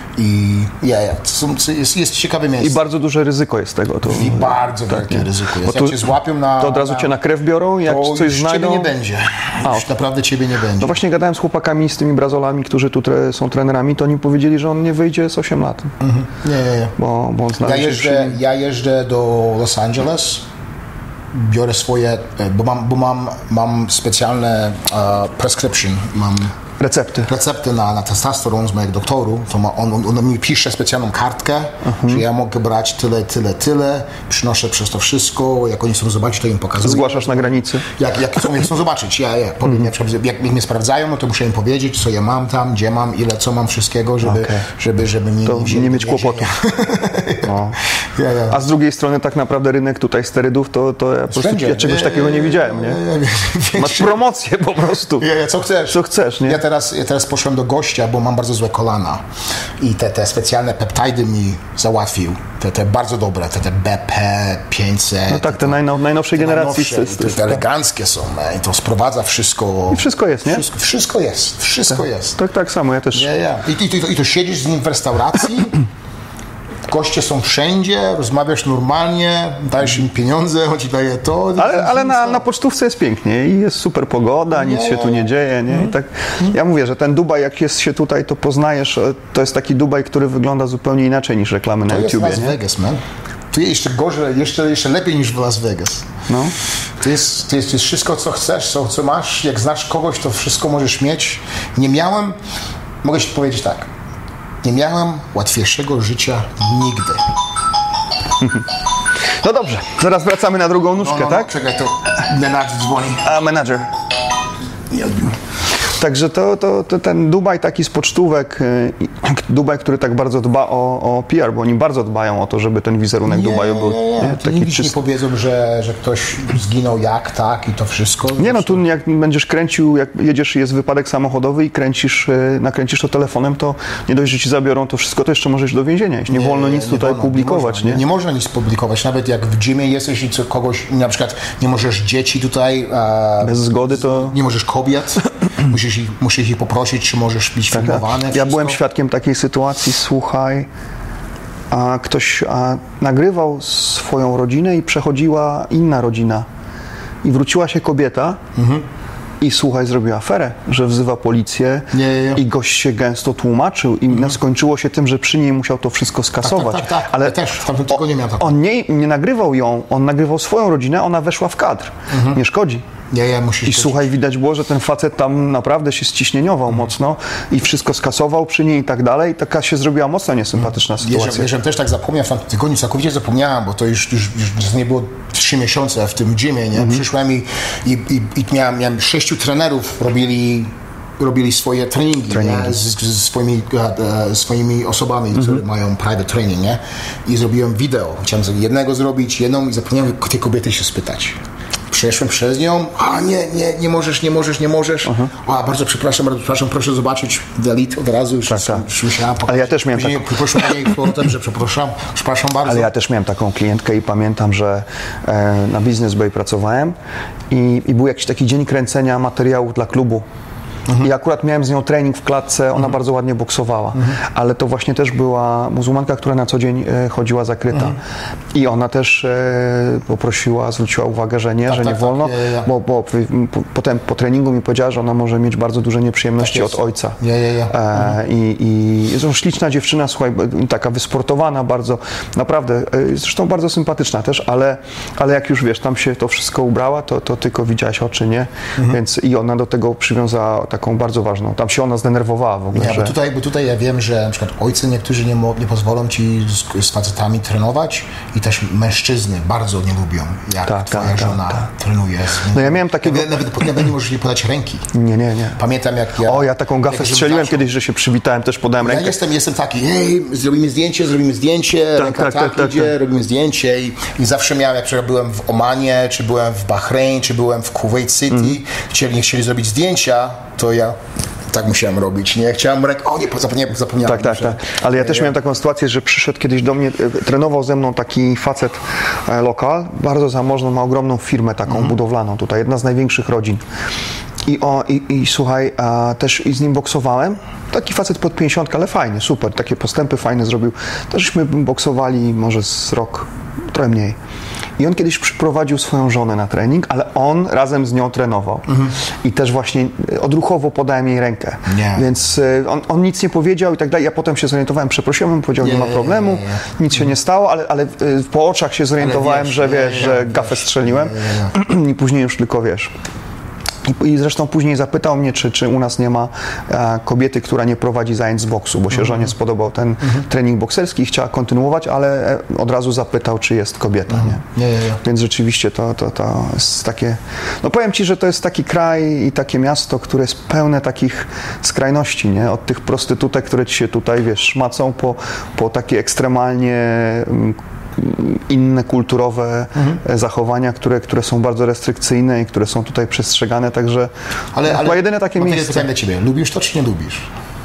i ja, ja. To są, jest, jest ciekawe miejsce. I bardzo duże ryzyko jest tego. To, I bardzo tak, wielkie nie. ryzyko jest. Jak tu, cię złapią na... To od razu na, cię na krew biorą, jak to coś już znajdą... ciebie nie będzie. A, już naprawdę ciebie nie będzie. No właśnie gadałem z chłopakami, z tymi Brazolami, którzy tu tre, są trenerami, to oni powiedzieli, że on nie wyjdzie z osiem lat. Mhm. Nie, nie, nie. Bo, bo on ja, jeżdżę, ja jeżdżę do Los Angeles, biorę swoje, bo mam, bo mam, mam specjalne uh, prescription, mam recepty, recepty na, na testosteron z mojego doktoru, to ma, on, on, on mi pisze specjalną kartkę, uh-huh. że ja mogę brać tyle, tyle, tyle, przynoszę przez to wszystko, jak oni chcą zobaczyć, to im pokazuję. Zgłaszasz na granicy? Jak, jak, chcą, jak chcą zobaczyć, ja, ja powiem, uh-huh. jak, jak mnie sprawdzają, no to muszę im powiedzieć, co ja mam tam, gdzie mam, ile, co mam wszystkiego, żeby, okay. żeby, żeby nie, to nie mieć kłopotu. No. ja, ja. A z drugiej strony tak naprawdę rynek tutaj sterydów, to, to ja, po prostu, ja czegoś takiego nie widziałem, nie? Masz promocję po prostu. Ja, ja, co chcesz? Co chcesz, nie? Ja teraz, ja teraz poszłem do gościa, bo mam bardzo złe kolana i te, te specjalne peptidy mi załatwił. Te, te bardzo dobre, te, te B P pięćset. No tak, te, te najnow, najnowszej te generacji. Najnowsze, te, te eleganckie są i to sprowadza wszystko. I wszystko jest, nie? Wszystko, wszystko jest, wszystko tak, jest. Tak, tak samo, ja też. Ja, ja. I, i, i, I to siedzisz z nim w restauracji, goście są wszędzie, rozmawiasz normalnie, dajesz im pieniądze, on ci daje to. Ale, ale na, na pocztówce jest pięknie i jest super pogoda, nic nie. się tu nie dzieje. Nie? I tak, ja mówię, że ten Dubaj, jak jest się tutaj, to poznajesz, to jest taki Dubaj, który wygląda zupełnie inaczej niż reklamy na to YouTubie. To jest Las nie? Vegas, man. Tu jest jeszcze gorzej, jeszcze, jeszcze lepiej niż w Las Vegas. No. To jest, to, jest, to jest wszystko, co chcesz, co, co masz. Jak znasz kogoś, to wszystko możesz mieć. Nie miałem, mogę ci powiedzieć tak, nie miałem łatwiejszego życia nigdy. No dobrze, zaraz wracamy na drugą nóżkę, no, no, tak? No, czekaj, to menadżer dzwoni. A, menadżer. Nie odbił. Także to, to, to ten Dubaj taki z pocztówek, Dubaj, który tak bardzo dba o, o P R, bo oni bardzo dbają o to, żeby ten wizerunek nie, Dubaju był... Nie, nie, nie. Taki nigdy czyst... nie powiedzą, że, że ktoś zginął jak, tak i to wszystko. Nie, no tu jak będziesz kręcił, jak jedziesz i jest wypadek samochodowy i kręcisz, nakręcisz to telefonem, to nie dość, że ci zabiorą to wszystko, to jeszcze możesz do więzienia iść. Nie, nie wolno nic nie tutaj wolno, publikować, nie? Nie, nie? nie można nic publikować, nawet jak w gymie jesteś i co kogoś, na przykład nie możesz dzieci tutaj... A, bez zgody to... Nie możesz kobiet. Musisz ich, musisz ich poprosić, czy możesz być tak, filmowany. Ja wszystko? byłem świadkiem takiej sytuacji, słuchaj, a ktoś a, nagrywał swoją rodzinę i przechodziła inna rodzina i wróciła się kobieta mhm. i słuchaj, zrobiła aferę, że wzywa policję nie, nie, nie. i gość się gęsto tłumaczył i mhm. skończyło się tym, że przy niej musiał to wszystko skasować. Tak, tak, tak, tak. Ale ja też tam tylko nie miał tak. On nie, nie nagrywał ją, on nagrywał swoją rodzinę, ona weszła w kadr. Mhm. Nie szkodzi. Nie, ja musisz I słuchaj, widać było, że ten facet tam naprawdę się ściśnieniował mm. mocno i wszystko skasował przy niej i tak dalej. Taka się zrobiła mocno niesympatyczna mm. sytuacja. Ja, ja też tak zapomniałem w tamtym tygodniu, całkowicie zapomniałem, bo to już, już, już nie było trzy miesiące w tym gymie, nie? Mm. Przyszłem i, i, i, i miałem, miałem sześciu trenerów, robili robili swoje treningi, treningi. Z, z swoimi, e, swoimi osobami, mm-hmm. które mają private training, nie? I zrobiłem wideo. Chciałem jednego zrobić, jedną i zapomniałem tej kobiety się spytać. Przeszłem przez nią, a nie, nie, nie możesz, nie możesz, nie możesz. Uh-huh. A, bardzo przepraszam, bardzo przepraszam, proszę zobaczyć, delete od razu, już, tak, tak. już myślałem. Ale ja też miałem taką... Proszę Pani powrotem, że przepraszam, przepraszam bardzo. Ale ja też miałem taką klientkę i pamiętam, że e, na Business Bay pracowałem i, i był jakiś taki dzień kręcenia materiałów dla klubu. Mhm. I akurat miałem z nią trening w klatce, ona mhm. bardzo ładnie boksowała, mhm. ale to właśnie też była muzułmanka, która na co dzień e, chodziła zakryta. Mhm. I ona też e, poprosiła, zwróciła uwagę, że nie, tak, że tak, nie wolno, tak, je, je. bo, bo po, potem po treningu mi powiedziała, że ona może mieć bardzo duże nieprzyjemności tak od ojca. Je, je, je. E, I, i zresztą śliczna dziewczyna, słuchaj, taka wysportowana bardzo, naprawdę, e, zresztą bardzo sympatyczna też, ale, ale jak już wiesz, tam się to wszystko ubrała, to, to tylko widziałaś oczy, nie? Mhm. Więc i ona do tego przywiązała taką bardzo ważną. Tam się ona zdenerwowała w ogóle. Nie, że... bo, tutaj, bo tutaj ja wiem, że na przykład ojcy niektórzy nie, mo, nie pozwolą ci z, z facetami trenować i też mężczyzny bardzo nie lubią, jak tak, twoja tak, żona tak, trenuje. Z... No ja miałem takiego... Nawet, nawet nie możesz jej podać ręki. Nie, nie, nie. Pamiętam jak ja... O, ja taką gafę strzeliłem zaczął. Kiedyś, że się przywitałem, też podałem rękę. Ja jestem, jestem taki, hej, zrobimy zdjęcie, zrobimy zdjęcie, tak, ręka tak, tak, tak, idzie, tak, tak. robimy zdjęcie i, i zawsze miałem, jak przykład byłem w Omanie, czy byłem w Bahrein, czy byłem w Kuwait City, mm. chcieli, nie chcieli zrobić zdjęcia, to ja tak musiałem robić, nie? Chciałem rękę, o nie, zapomniałem, zapomniałem. Tak, tak, tak. Ale ja też miałem taką sytuację, że przyszedł kiedyś do mnie, trenował ze mną taki facet e, lokal, bardzo zamożny, ma ogromną firmę taką mhm. budowlaną tutaj, jedna z największych rodzin. I, o, i, i słuchaj, a, też i z nim boksowałem. Taki facet pod pięćdziesiątkę, ale fajny, super, takie postępy fajne zrobił. Też żeśmy boksowali może z rok, trochę mniej. I on kiedyś przyprowadził swoją żonę na trening, ale on razem z nią trenował. Mhm. I też właśnie odruchowo podałem jej rękę. Nie. Więc on, on nic nie powiedział i tak dalej. Ja potem się zorientowałem, przeprosiłem, on powiedział, nie, nie ma problemu, nie, nie, nie. nic się nie stało, ale, ale po oczach się zorientowałem, wiesz, że wiesz, nie, że wiesz, gafę strzeliłem nie, nie, nie. i później już tylko wiesz. I zresztą później zapytał mnie, czy, czy u nas nie ma e, kobiety, która nie prowadzi zajęć z boksu, bo się mm-hmm. żonie spodobał ten mm-hmm. trening bokserski i chciała kontynuować, ale od razu zapytał, czy jest kobieta. Mm-hmm. Nie? Nie, nie, nie. Więc rzeczywiście to, to, to jest takie... No powiem Ci, że to jest taki kraj i takie miasto, które jest pełne takich skrajności, nie? Od tych prostytutek, które Ci się tutaj, wiesz, szmacą, po, po takie ekstremalnie... Mm, inne kulturowe mhm. zachowania, które, które są bardzo restrykcyjne i które są tutaj przestrzegane, także ale, chyba ale, jedyne takie miejsce. Pytanie dla Ciebie, lubisz to czy nie lubisz?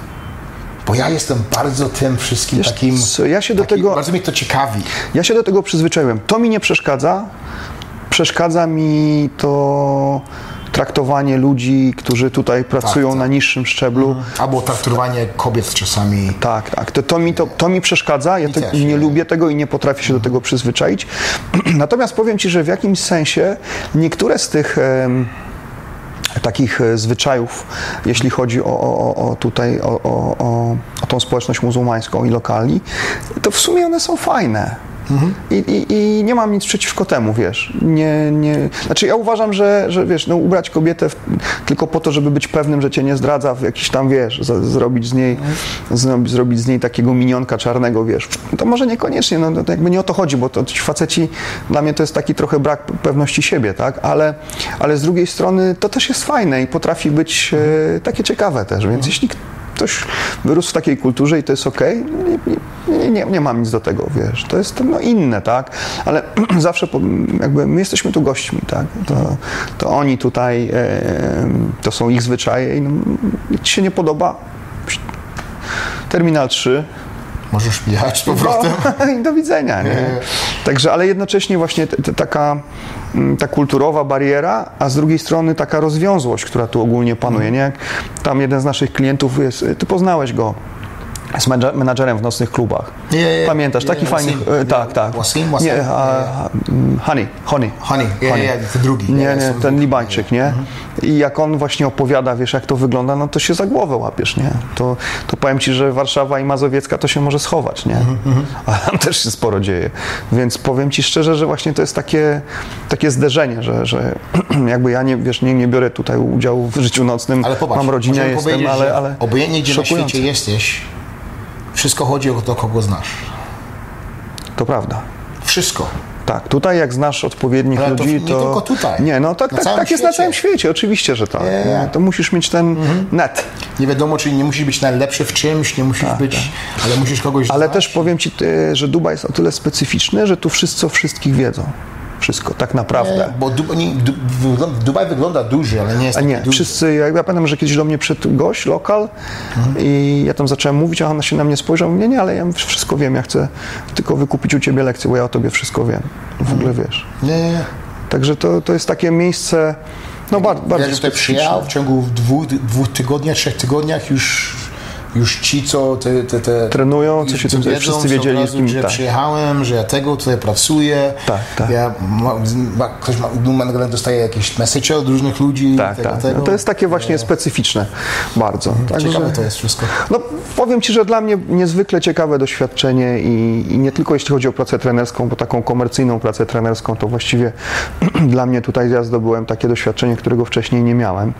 Bo ja jestem bardzo tym wszystkim Wiesz, takim, co, ja się do taki, tego, bardzo mnie to ciekawi. Ja się do tego przyzwyczaiłem. To mi nie przeszkadza. Przeszkadza mi to traktowanie ludzi, którzy tutaj pracują tak, tak. na niższym szczeblu. Mhm. Albo traktowanie kobiet czasami. Tak, tak. To, to, mi, to, to mi przeszkadza. Ja te, też, nie, nie lubię tego i nie potrafię się mhm. do tego przyzwyczaić. Natomiast powiem Ci, że w jakimś sensie niektóre z tych em, takich zwyczajów, jeśli chodzi o, o, o tutaj o, o, o, o tą społeczność muzułmańską i lokalni, to w sumie one są fajne. Mhm. I, i, I nie mam nic przeciwko temu, wiesz. Nie, nie... Znaczy ja uważam, że, że wiesz, no, ubrać kobietę w, tylko po to, żeby być pewnym, że cię nie zdradza, w jakiś tam, wiesz, z, zrobić z niej mhm. z, zrobić z niej takiego minionka czarnego, wiesz. To może niekoniecznie, no to jakby nie o to chodzi, bo to ci faceci, dla mnie to jest taki trochę brak pewności siebie, tak? Ale, ale z drugiej strony to też jest fajne i potrafi być mhm. e, takie ciekawe też, więc mhm. jeśli ktoś wyrósł w takiej kulturze i to jest okej, okay, nie, nie, nie, nie mam nic do tego, wiesz, to jest no, inne, tak, ale zawsze jakby my jesteśmy tu gośćmi, tak, to, to oni tutaj, e, to są ich zwyczaje i no, jak ci się nie podoba, terminal trzy, możesz jechać z powrotem. No, i do widzenia, nie? nie? Także, ale jednocześnie właśnie t, t, taka ta kulturowa bariera, a z drugiej strony taka rozwiązłość, która tu ogólnie panuje, nie? Jak tam jeden z naszych klientów jest, ty poznałeś go, jest menadżerem w nocnych klubach. Yeah, yeah, Pamiętasz, yeah, taki yeah, fajny... Wasim, e, tak, tak. Wasim, Wasim, nie, a, yeah. Honey, Honey. Honey, yeah, yeah, ten drugi. Nie, yeah, nie, ten Libańczyk, nie? Mhm. I jak on właśnie opowiada, wiesz, jak to wygląda, no to się za głowę łapiesz, nie? To, to powiem ci, że Warszawa i Mazowiecka to się może schować, nie? Mhm. Ale tam też się sporo dzieje. Więc powiem ci szczerze, że właśnie to jest takie, takie zderzenie, że, że jakby ja nie, wiesz, nie, nie biorę tutaj udziału w życiu nocnym, ale popatrz, mam rodzinę, jestem, ale, ale obojętnie gdzie szokujące. na świecie jesteś, wszystko chodzi o to, kogo znasz. To prawda. Wszystko. Tak, tutaj jak znasz odpowiednich ale ludzi, to... to... Nie tylko tutaj. Nie, no tak, tak, tak jest na całym świecie, oczywiście, że tak. Yeah. Nie? To musisz mieć ten mhm. net. Nie wiadomo, czyli nie musisz być najlepszy w czymś, nie musisz tak, być, tak. ale musisz kogoś Ale znać. też powiem ci, że Dubaj jest o tyle specyficzny, że tu wszyscy o wszystkich wiedzą. Wszystko, tak naprawdę. Nie, bo Dubaj, nie, Dubaj wygląda duży, ale nie jest A nie, duży. wszyscy, ja, ja pamiętam, że kiedyś do mnie przyszedł gość, lokal mhm. i ja tam zacząłem mówić, a on się na mnie spojrzał, nie, nie, ale ja wszystko wiem, ja chcę tylko wykupić u ciebie lekcję, bo ja o tobie wszystko wiem. W ogóle wiesz. Nie, nie, nie. Także to, to jest takie miejsce, no bardzo, bardzo ja, że tutaj przyjechał w ciągu dwóch, dwóch tygodniach, trzech tygodniach już już ci, co te, te, te trenują, co się tym wiedzą, wszyscy wiedzieli, razu, z kim, że tak. przyjechałem, że ja tego tutaj pracuję. Tak, tak. Ja ma, ma, ktoś ma, dostaje jakieś message od różnych ludzi. Tak, tego, tak. tego. No to jest takie właśnie specyficzne bardzo. Ciekawe Także, to jest wszystko. No powiem ci, że dla mnie niezwykle ciekawe doświadczenie i, i nie tylko jeśli chodzi o pracę trenerską, bo taką komercyjną pracę trenerską, to właściwie dla mnie tutaj ja zdobyłem takie doświadczenie, którego wcześniej nie miałem.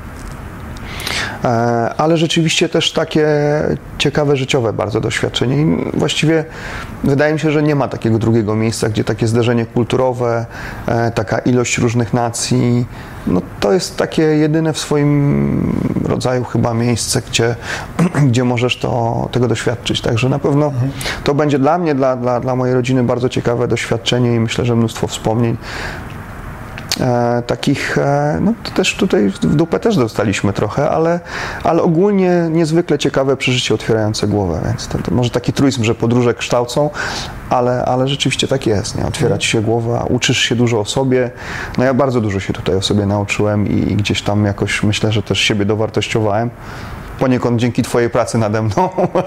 Ale rzeczywiście też takie ciekawe, życiowe bardzo doświadczenie. I właściwie wydaje mi się, że nie ma takiego drugiego miejsca, gdzie takie zderzenie kulturowe, taka ilość różnych nacji, no to jest takie jedyne w swoim rodzaju chyba miejsce, gdzie, gdzie możesz to, tego doświadczyć. Także na pewno to będzie dla mnie, dla, dla, dla mojej rodziny bardzo ciekawe doświadczenie i myślę, że mnóstwo wspomnień. E, takich, e, no to też tutaj w dupę też dostaliśmy trochę, ale, ale ogólnie niezwykle ciekawe przeżycie otwierające głowę, więc to, to może taki truizm, że podróże kształcą, ale, ale rzeczywiście tak jest, nie? Otwiera ci się głowa, uczysz się dużo o sobie, no ja bardzo dużo się tutaj o sobie nauczyłem i, i gdzieś tam jakoś myślę, że też siebie dowartościowałem, poniekąd dzięki twojej pracy nade mną,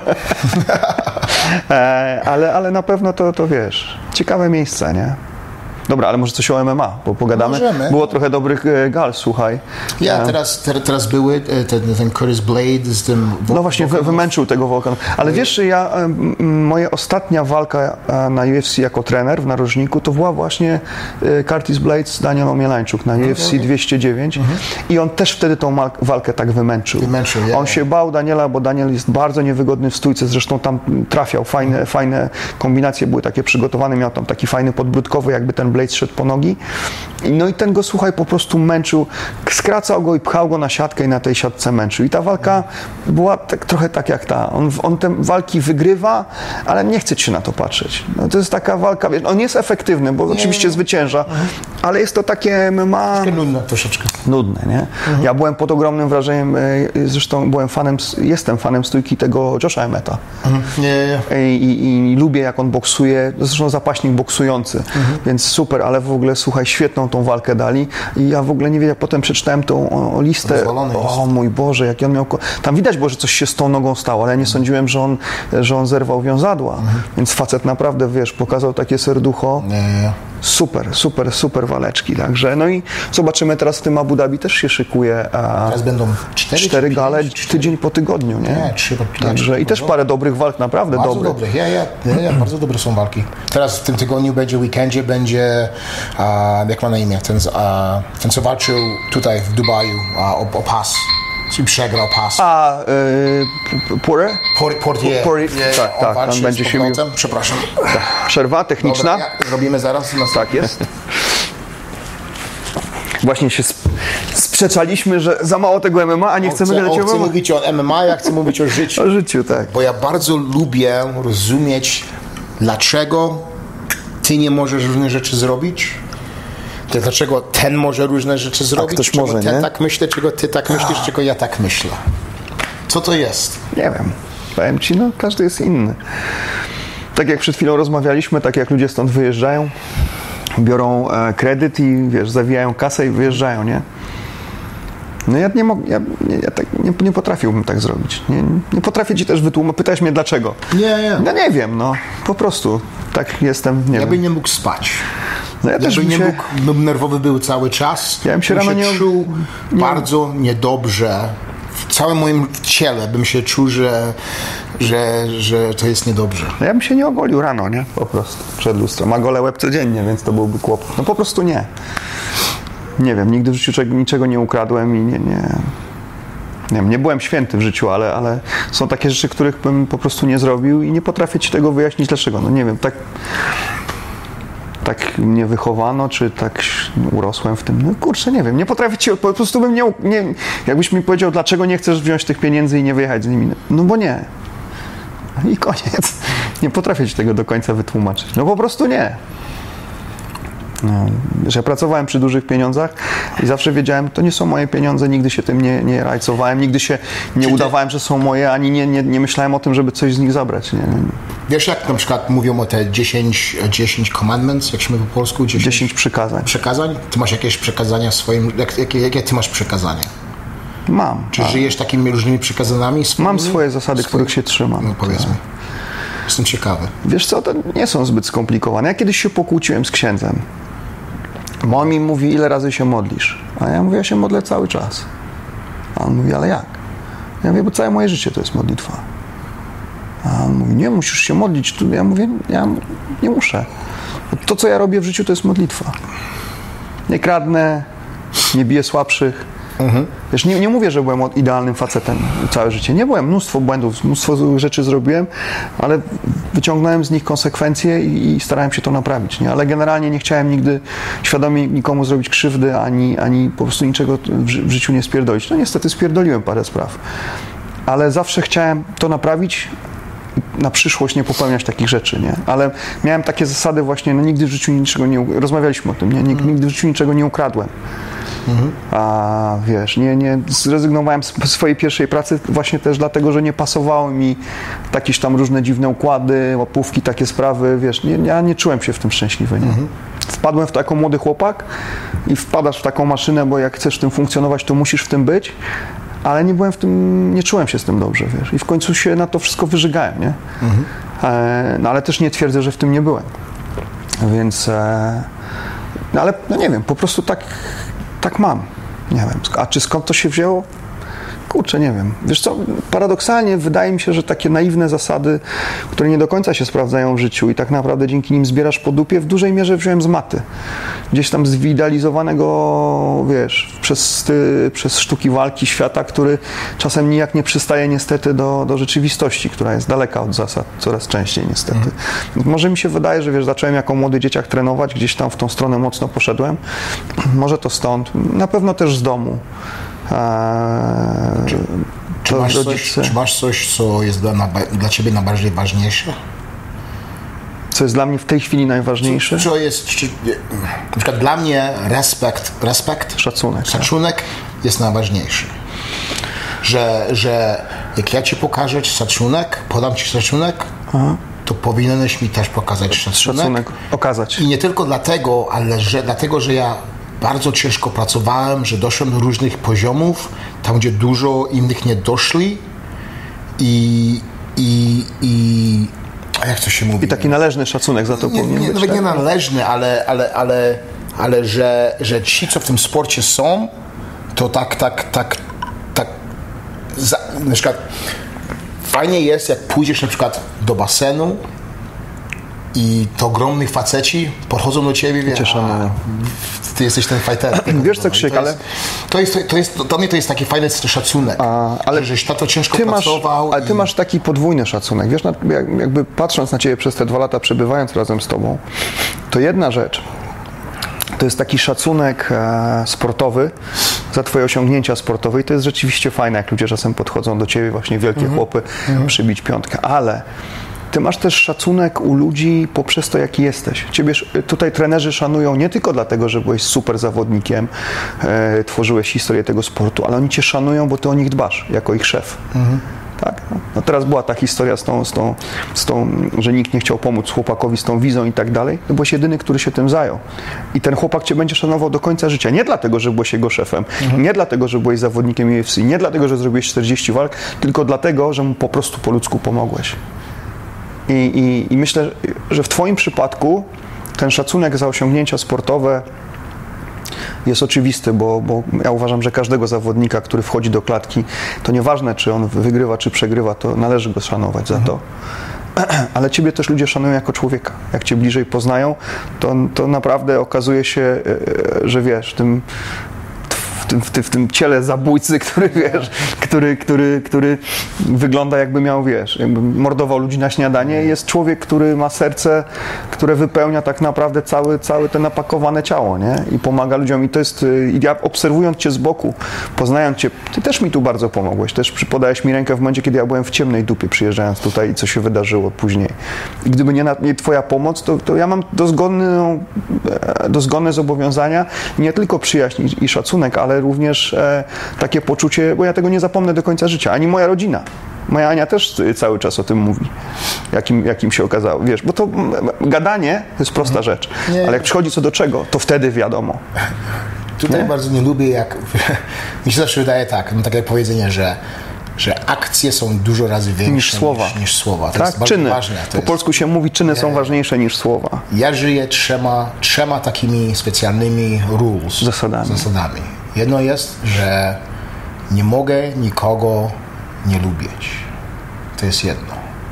e, ale, ale na pewno to, to wiesz, ciekawe miejsce, nie? Dobra, ale może coś o M M A, bo pogadamy. Możemy. Było trochę dobrych e, gal, słuchaj. Ja, teraz, te, teraz były ten, ten Curtis Blade z tym... No właśnie, wy, wymęczył tego Volkan. Ale wiesz, ja, moja ostatnia walka na U F C jako trener w narożniku, to była właśnie Curtis Blade z Daniel Omielańczuk na U F C dwieście dziewięć mhm. i on też wtedy tą walkę tak wymęczył. wymęczył ja, on ja. się bał Daniela, bo Daniel jest bardzo niewygodny w stójce, zresztą tam trafiał, fajne, mhm. fajne kombinacje były takie przygotowane, miał tam taki fajny podbródkowy, jakby ten Blade szedł po nogi. No i ten go, słuchaj, po prostu męczył, skracał go i pchał go na siatkę i na tej siatce męczył. I ta walka była tak, trochę tak jak ta. On, on te walki wygrywa, ale nie chce się na to patrzeć. No to jest taka walka, wiesz, on jest efektywny, bo nie, oczywiście zwycięża, mhm. ale jest to takie M M A... Troszkę nudne troszeczkę. Nudne, nie? Mhm. Ja byłem pod ogromnym wrażeniem, zresztą byłem fanem, jestem fanem stójki tego Josha Emmetta. Mhm. Nie, nie, nie. I, i, I lubię, jak on boksuje, zresztą zapaśnik boksujący, mhm. więc super, ale w ogóle, słuchaj, świetną tą walkę dali i ja w ogóle nie wiem, jak potem przeczytałem tą o, o listę, o mój Boże, jaki on miał, tam widać było, że coś się z tą nogą stało, ale ja nie sądziłem, że on, że on zerwał wiązadła, mhm. więc facet naprawdę, wiesz, pokazał takie serducho, nie, nie. super, super, super waleczki, także, no i zobaczymy teraz w tym Abu Dhabi też się szykuje, a teraz będą cztery, cztery gale, pięć, tydzień po tygodniu, nie? Nie, trzy, także i też parę dobrych walk, naprawdę bardzo dobrych. dobrych. Ja, ja, ja, ja, bardzo dobre są walki. Teraz w tym tygodniu będzie, w weekendzie będzie, a, jak ma na imię, ten, a, ten co walczył tutaj w Dubaju a, o, o pas. I przegrał pas. A, y, Porter? Portier. Tak, tak, on będzie się miał. Przepraszam. Tak. Przerwa techniczna. Dobra, ja, robimy zaraz. Tak jest. Właśnie się sprzeczaliśmy, że za mało tego M M A, a nie chcemy gadać o M M A. Chcę mówić o M M A, ja chcę mówić o życiu. O życiu, tak. Bo ja bardzo lubię rozumieć, dlaczego ty nie możesz różnych rzeczy zrobić. Dlaczego ten może różne rzeczy zrobić, ktoś czego może, ten nie? tak myślę, czego ty tak myślisz, czego ja tak myślę. Co to jest? Nie wiem. Powiem ci, no każdy jest inny. Tak jak przed chwilą rozmawialiśmy, tak jak ludzie stąd wyjeżdżają, biorą e, kredyt i wiesz, zawijają kasę i wyjeżdżają, nie? No ja nie mogę, ja, ja, ja tak nie, nie potrafiłbym tak zrobić. Nie, nie potrafię ci też wytłumaczyć. Pytałeś mnie dlaczego. Nie, nie. No nie wiem, no. Po prostu tak jestem, nie ja wiem. bym nie mógł spać. No ja ja też bym się... nie mógł, bym nerwowy był cały czas. Ja bym się bym rano się nie... czuł nie... bardzo niedobrze. W całym moim ciele bym się czuł, że, że, że to jest niedobrze. No ja bym się nie ogolił rano, nie? Po prostu. Przed lustrem. Ma gole łeb codziennie, więc to byłby kłopot. No po prostu nie. Nie wiem, nigdy w życiu niczego nie ukradłem i nie... nie... Nie wiem, nie byłem święty w życiu, ale, ale są takie rzeczy, których bym po prostu nie zrobił i nie potrafię ci tego wyjaśnić dlaczego. No nie wiem, tak, tak mnie wychowano, czy tak urosłem w tym. No kurczę, nie wiem, nie potrafię ci, po prostu bym nie, nie jakbyś mi powiedział, dlaczego nie chcesz wziąć tych pieniędzy i nie wyjechać z nimi. No bo nie. I koniec. Nie potrafię ci tego do końca wytłumaczyć. No po prostu nie. No, że ja pracowałem przy dużych pieniądzach i zawsze wiedziałem, to nie są moje pieniądze, nigdy się tym nie, nie rajcowałem, nigdy się nie Czy udawałem, ty... że są moje, ani nie, nie, nie myślałem o tym, żeby coś z nich zabrać. Nie. Wiesz, jak na przykład mówią o te dziesięć, dziesięć commandments, jak się mówi po polsku? dziesięć, dziesięć przykazań. Przekazań? Ty masz jakieś przekazania swoim, jak, jakie, jakie ty masz przekazania? Mam. Czy tak. żyjesz takimi różnymi przekazaniami? Swoimi? Mam swoje zasady, swoje... których się trzymam. No powiedz tak. mi. Jestem ciekawy. Wiesz co, to nie są zbyt skomplikowane. Ja kiedyś się pokłóciłem z księdzem. Bo on mi mówi, ile razy się modlisz? A ja mówię, ja się modlę cały czas. A on mówi, ale jak? Ja mówię, bo całe moje życie to jest modlitwa. A on mówi, nie, musisz się modlić. Ja mówię, ja nie muszę. To, co ja robię w życiu, to jest modlitwa. Nie kradnę, nie biję słabszych. Mhm. Wiesz, nie, nie mówię, że byłem idealnym facetem całe życie. Nie byłem. Mnóstwo błędów, mnóstwo złych rzeczy zrobiłem, ale wyciągnąłem z nich konsekwencje i, i starałem się to naprawić. Nie? Ale generalnie nie chciałem nigdy świadomie nikomu zrobić krzywdy, ani, ani po prostu niczego w, ży- w życiu nie spierdolić. No niestety spierdoliłem parę spraw. Ale zawsze chciałem to naprawić, na przyszłość nie popełniać takich rzeczy, nie? Ale miałem takie zasady właśnie, no nigdy w życiu niczego nie... Rozmawialiśmy o tym, nie? Nigdy w życiu niczego nie ukradłem. Mhm. A wiesz, nie, nie zrezygnowałem z swojej pierwszej pracy właśnie też dlatego, że nie pasowały mi jakieś tam różne dziwne układy, łapówki, takie sprawy, wiesz, nie, ja nie czułem się w tym szczęśliwy, nie? Mhm. Wpadłem w to jako młody chłopak i wpadasz w taką maszynę, bo jak chcesz w tym funkcjonować, to musisz w tym być, ale nie byłem w tym, nie czułem się z tym dobrze, wiesz, i w końcu się na to wszystko wyżygałem, nie? Mhm. E, no ale też nie twierdzę, że w tym nie byłem, więc e, no ale, no nie wiem, po prostu tak Tak mam. Nie wiem. A czy skąd to się wzięło? Kurczę, nie wiem. Wiesz co, paradoksalnie wydaje mi się, że takie naiwne zasady, które nie do końca się sprawdzają w życiu i tak naprawdę dzięki nim zbierasz po dupie, w dużej mierze wziąłem z maty. Gdzieś tam zwidealizowanego, wiesz, przez, ty, przez sztuki walki świata, który czasem nijak nie przystaje niestety do, do rzeczywistości, która jest daleka od zasad coraz częściej niestety. Mhm. Może mi się wydaje, że wiesz, zacząłem jako młody dzieciak trenować, gdzieś tam w tą stronę mocno poszedłem. Może to stąd, na pewno też z domu. Eee, czy, czy, masz coś, czy masz coś, co jest dla, dla ciebie najbardziej ważniejsze? Co jest dla mnie w tej chwili najważniejsze? Co, co jest, czy, na przykład dla mnie respekt, respekt szacunek, szacunek tak. jest najważniejszy. Że, że jak ja ci pokażę szacunek, podam ci szacunek, aha, to powinieneś mi też pokazać szacunek. Szacunek okazać. I nie tylko dlatego, ale że, dlatego, że ja bardzo ciężko pracowałem, że doszłem do różnych poziomów, tam gdzie dużo innych nie doszli i, i, i a jak to się mówi? I taki należny szacunek za to nie, powinien nie, być. Nawet tak? nie należny, ale, ale, ale, ale że, że ci, co w tym sporcie są, to tak, tak, tak, tak za, na przykład fajnie jest, jak pójdziesz na przykład do basenu i to ogromnych faceci podchodzą do ciebie i wiesz, a, ty jesteś ten fighter. Wiesz co, Krzyk, ale... To jest, to jest, to, to mnie to jest taki fajny szacunek, a, ale żeś tato ciężko ty pracował. Masz, ale ty i... masz taki podwójny szacunek. Wiesz, jakby patrząc na ciebie przez te dwa lata, przebywając razem z tobą, to jedna rzecz, to jest taki szacunek e, sportowy za twoje osiągnięcia sportowe i to jest rzeczywiście fajne, jak ludzie czasem podchodzą do ciebie, właśnie wielkie mhm. chłopy, mhm. przybić piątkę, ale ty masz też szacunek u ludzi poprzez to, jaki jesteś. Ciebie tutaj trenerzy szanują nie tylko dlatego, że byłeś super zawodnikiem, e, tworzyłeś historię tego sportu, ale oni cię szanują, bo ty o nich dbasz, jako ich szef. Mhm. Tak? No. No teraz była ta historia z tą, z tą, z tą, że nikt nie chciał pomóc chłopakowi z tą wizą i tak dalej. To byłeś jedyny, który się tym zajął. I ten chłopak cię będzie szanował do końca życia. Nie dlatego, że byłeś jego szefem, mhm. nie dlatego, że byłeś zawodnikiem U F C, nie dlatego, że zrobiłeś czterdzieści walk, tylko dlatego, że mu po prostu po ludzku pomogłeś. I, i, i myślę, że w twoim przypadku ten szacunek za osiągnięcia sportowe jest oczywisty, bo, bo ja uważam, że każdego zawodnika, który wchodzi do klatki, to nieważne, czy on wygrywa, czy przegrywa, to należy go szanować za to. Ale ciebie też ludzie szanują jako człowieka. Jak cię bliżej poznają, to, to naprawdę okazuje się, że wiesz, tym W tym, w, tym, w tym ciele zabójcy, który, wiesz, który, który, który wygląda jakby miał, wiesz, jakby mordował ludzi na śniadanie, jest człowiek, który ma serce, które wypełnia tak naprawdę całe, całe te napakowane ciało, nie? I pomaga ludziom. I to jest, i ja obserwując cię z boku, poznając cię, ty też mi tu bardzo pomogłeś. Też podałeś mi rękę w momencie, kiedy ja byłem w ciemnej dupie, przyjeżdżając tutaj i co się wydarzyło później. I gdyby nie, nie twoja pomoc, to, to ja mam dozgodne, dozgodne zobowiązania, nie tylko przyjaźń i, i szacunek, ale również e, takie poczucie, bo ja tego nie zapomnę do końca życia, ani moja rodzina. Moja Ania też cały czas o tym mówi, jakim, jakim się okazało. Wiesz, bo to m, gadanie to jest prosta rzecz, nie. Ale jak przychodzi co do czego, to wtedy wiadomo. Tutaj nie? bardzo nie lubię, jak mi się zawsze wydaje tak, no takie powiedzenie, że że akcje są dużo razy większe niż słowa. Niż, niż słowa. To tak, jest bardzo czyny. Ważne. To po jest... polsku się mówi, czyny nie. są ważniejsze niż słowa. Ja żyję trzema, trzema takimi specjalnymi rules, zasadami. zasadami. Jedno jest, że nie mogę nikogo nie lubić. To jest jedno.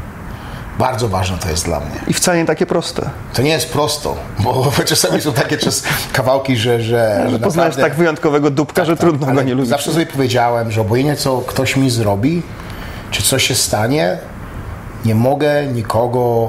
Bardzo ważne to jest dla mnie. I wcale nie takie proste. To nie jest prosto, bo czasami są takie czas, kawałki, że... że, że poznajesz naprawdę... tak wyjątkowego dupka, tak, że tak, trudno go nie lubić. Zawsze sobie powiedziałem, że obojętnie co ktoś mi zrobi, czy coś się stanie, nie mogę nikogo...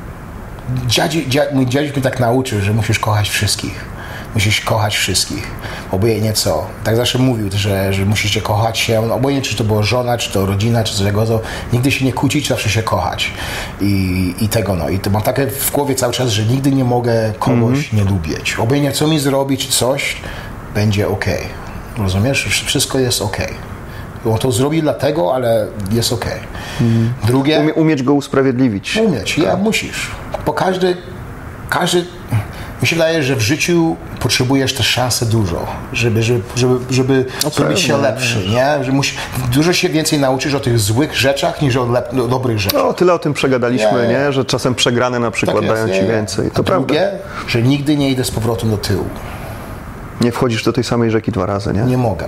Dziadzi, dziad, mój dziadziuś mnie tak nauczył, że musisz kochać wszystkich. Musisz kochać wszystkich. Obojętnie co. Tak zawsze mówił, że, że musicie kochać się. No, obojętnie czy to była żona, czy to rodzina, czy coś takiego, to nigdy się nie kłócić, zawsze się kochać. I, i tego no. I to mam takie w głowie cały czas, że nigdy nie mogę kogoś mm-hmm. nie lubić. Obojętnie co mi zrobi, czy coś, będzie okej. Okay. Rozumiesz? Wszystko jest okej. Okay. On to zrobi dlatego, ale jest okej. Okay. Mm. Drugie... Umie, umieć go usprawiedliwić. Umieć. Ja musisz. Bo każdy... każdy mi się wydaje, że w życiu potrzebujesz też szansę dużo, żeby, żeby, żeby, żeby no zrobić się lepszy, nie? Że musi, dużo się więcej nauczysz o tych złych rzeczach niż o, lep, o dobrych rzeczach. No, tyle o tym przegadaliśmy, nie, nie? Że czasem przegrane na przykład tak dają ci nie, więcej. To a drugie, że nigdy nie idę z powrotem do tyłu. Nie wchodzisz do tej samej rzeki dwa razy, nie? Nie mogę.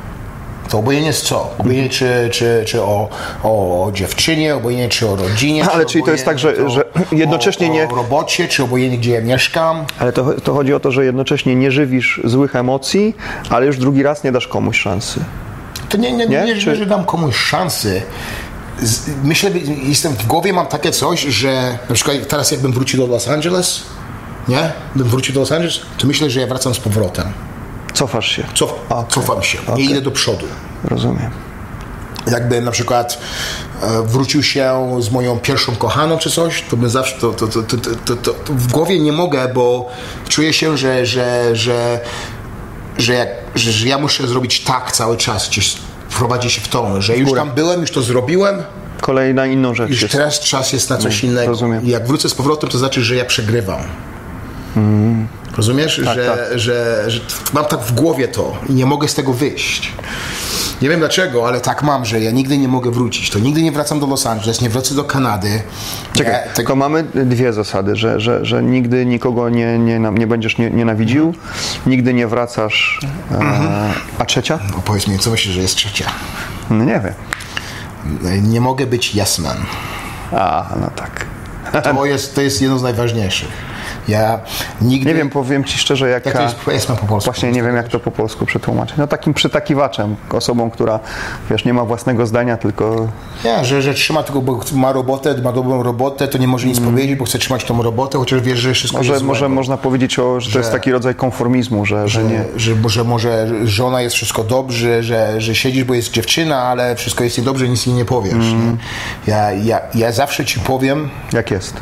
To obojętnie z co? Obojętnie czy, czy, czy o, o dziewczynie, obojętnie czy o rodzinie. Ale czyli to jest tak, że, że jednocześnie o, nie... O robocie, czy obojętnie gdzie ja mieszkam. Ale to, to chodzi o to, że jednocześnie nie żywisz złych emocji, ale już drugi raz nie dasz komuś szansy. To nie, nie, nie, nie czy... że dam komuś szansy. Myślę, jestem w głowie, mam takie coś, że na przykład teraz jakbym wrócił do Los Angeles, nie? Bym wrócił do Los Angeles, to myślę, że ja wracam z powrotem. Cofasz się. Cof, okay. Cofam się, nie okay. idę do przodu. Rozumiem. Jakbym na przykład e, wrócił się z moją pierwszą kochaną czy coś, to bym zawsze to, to, to, to, to, to, to w głowie nie mogę, bo czuję się, że, że, że, że, jak, że, że ja muszę zrobić tak cały czas, gdzieś wprowadzić się w to, że już tam byłem, już to zrobiłem. Kolej na inną rzecz. Już jest. teraz czas jest na coś no, innego. Rozumiem. I jak wrócę z powrotem, to znaczy, że ja przegrywam. Mm. Rozumiesz? Tak, że, tak. Że, że mam tak w głowie to i nie mogę z tego wyjść. Nie wiem dlaczego, ale tak mam, że ja nigdy nie mogę wrócić. To nigdy nie wracam do Los Angeles, nie wracam do Kanady. Czekaj, ja, tego... tylko mamy dwie zasady, że, że, że nigdy nikogo nie, nie, nie będziesz nie, nienawidził, mhm. nigdy nie wracasz. Mhm. E, a trzecia? No powiedz mi, co myślisz, że jest trzecia? No nie wiem. Nie mogę być yes man. A, no tak. To jest, to jest jedno z najważniejszych. Ja nigdy... Nie wiem, powiem ci szczerze, jaka... Jak to jest, jest po polsku? Właśnie nie wiem, jak to po polsku przetłumaczyć. No takim przytakiwaczem, osobą, która, wiesz, nie ma własnego zdania, tylko... Nie, że, że trzyma tylko, bo ma robotę, ma dobrą robotę, to nie może nic mm. powiedzieć, bo chce trzymać tą robotę, chociaż wiesz, że wszystko może, jest Może złego. Można powiedzieć, o, że, że to jest taki rodzaj konformizmu, że, że, że nie... Że, że może żona jest wszystko dobrze, że, że siedzisz, bo jest dziewczyna, ale wszystko jest niedobrze, nic jej nie powiesz. Mm. Nie? Ja, ja, ja zawsze ci powiem... Jak jest?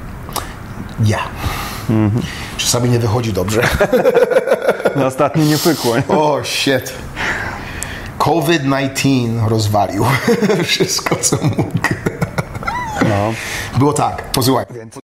Ja. Mm-hmm. Czasami nie wychodzi dobrze. No ostatnio nie pykło. Nie? O, shit. COVID dziewiętnaście rozwalił wszystko, co mógł. No. Było tak, posłuchaj.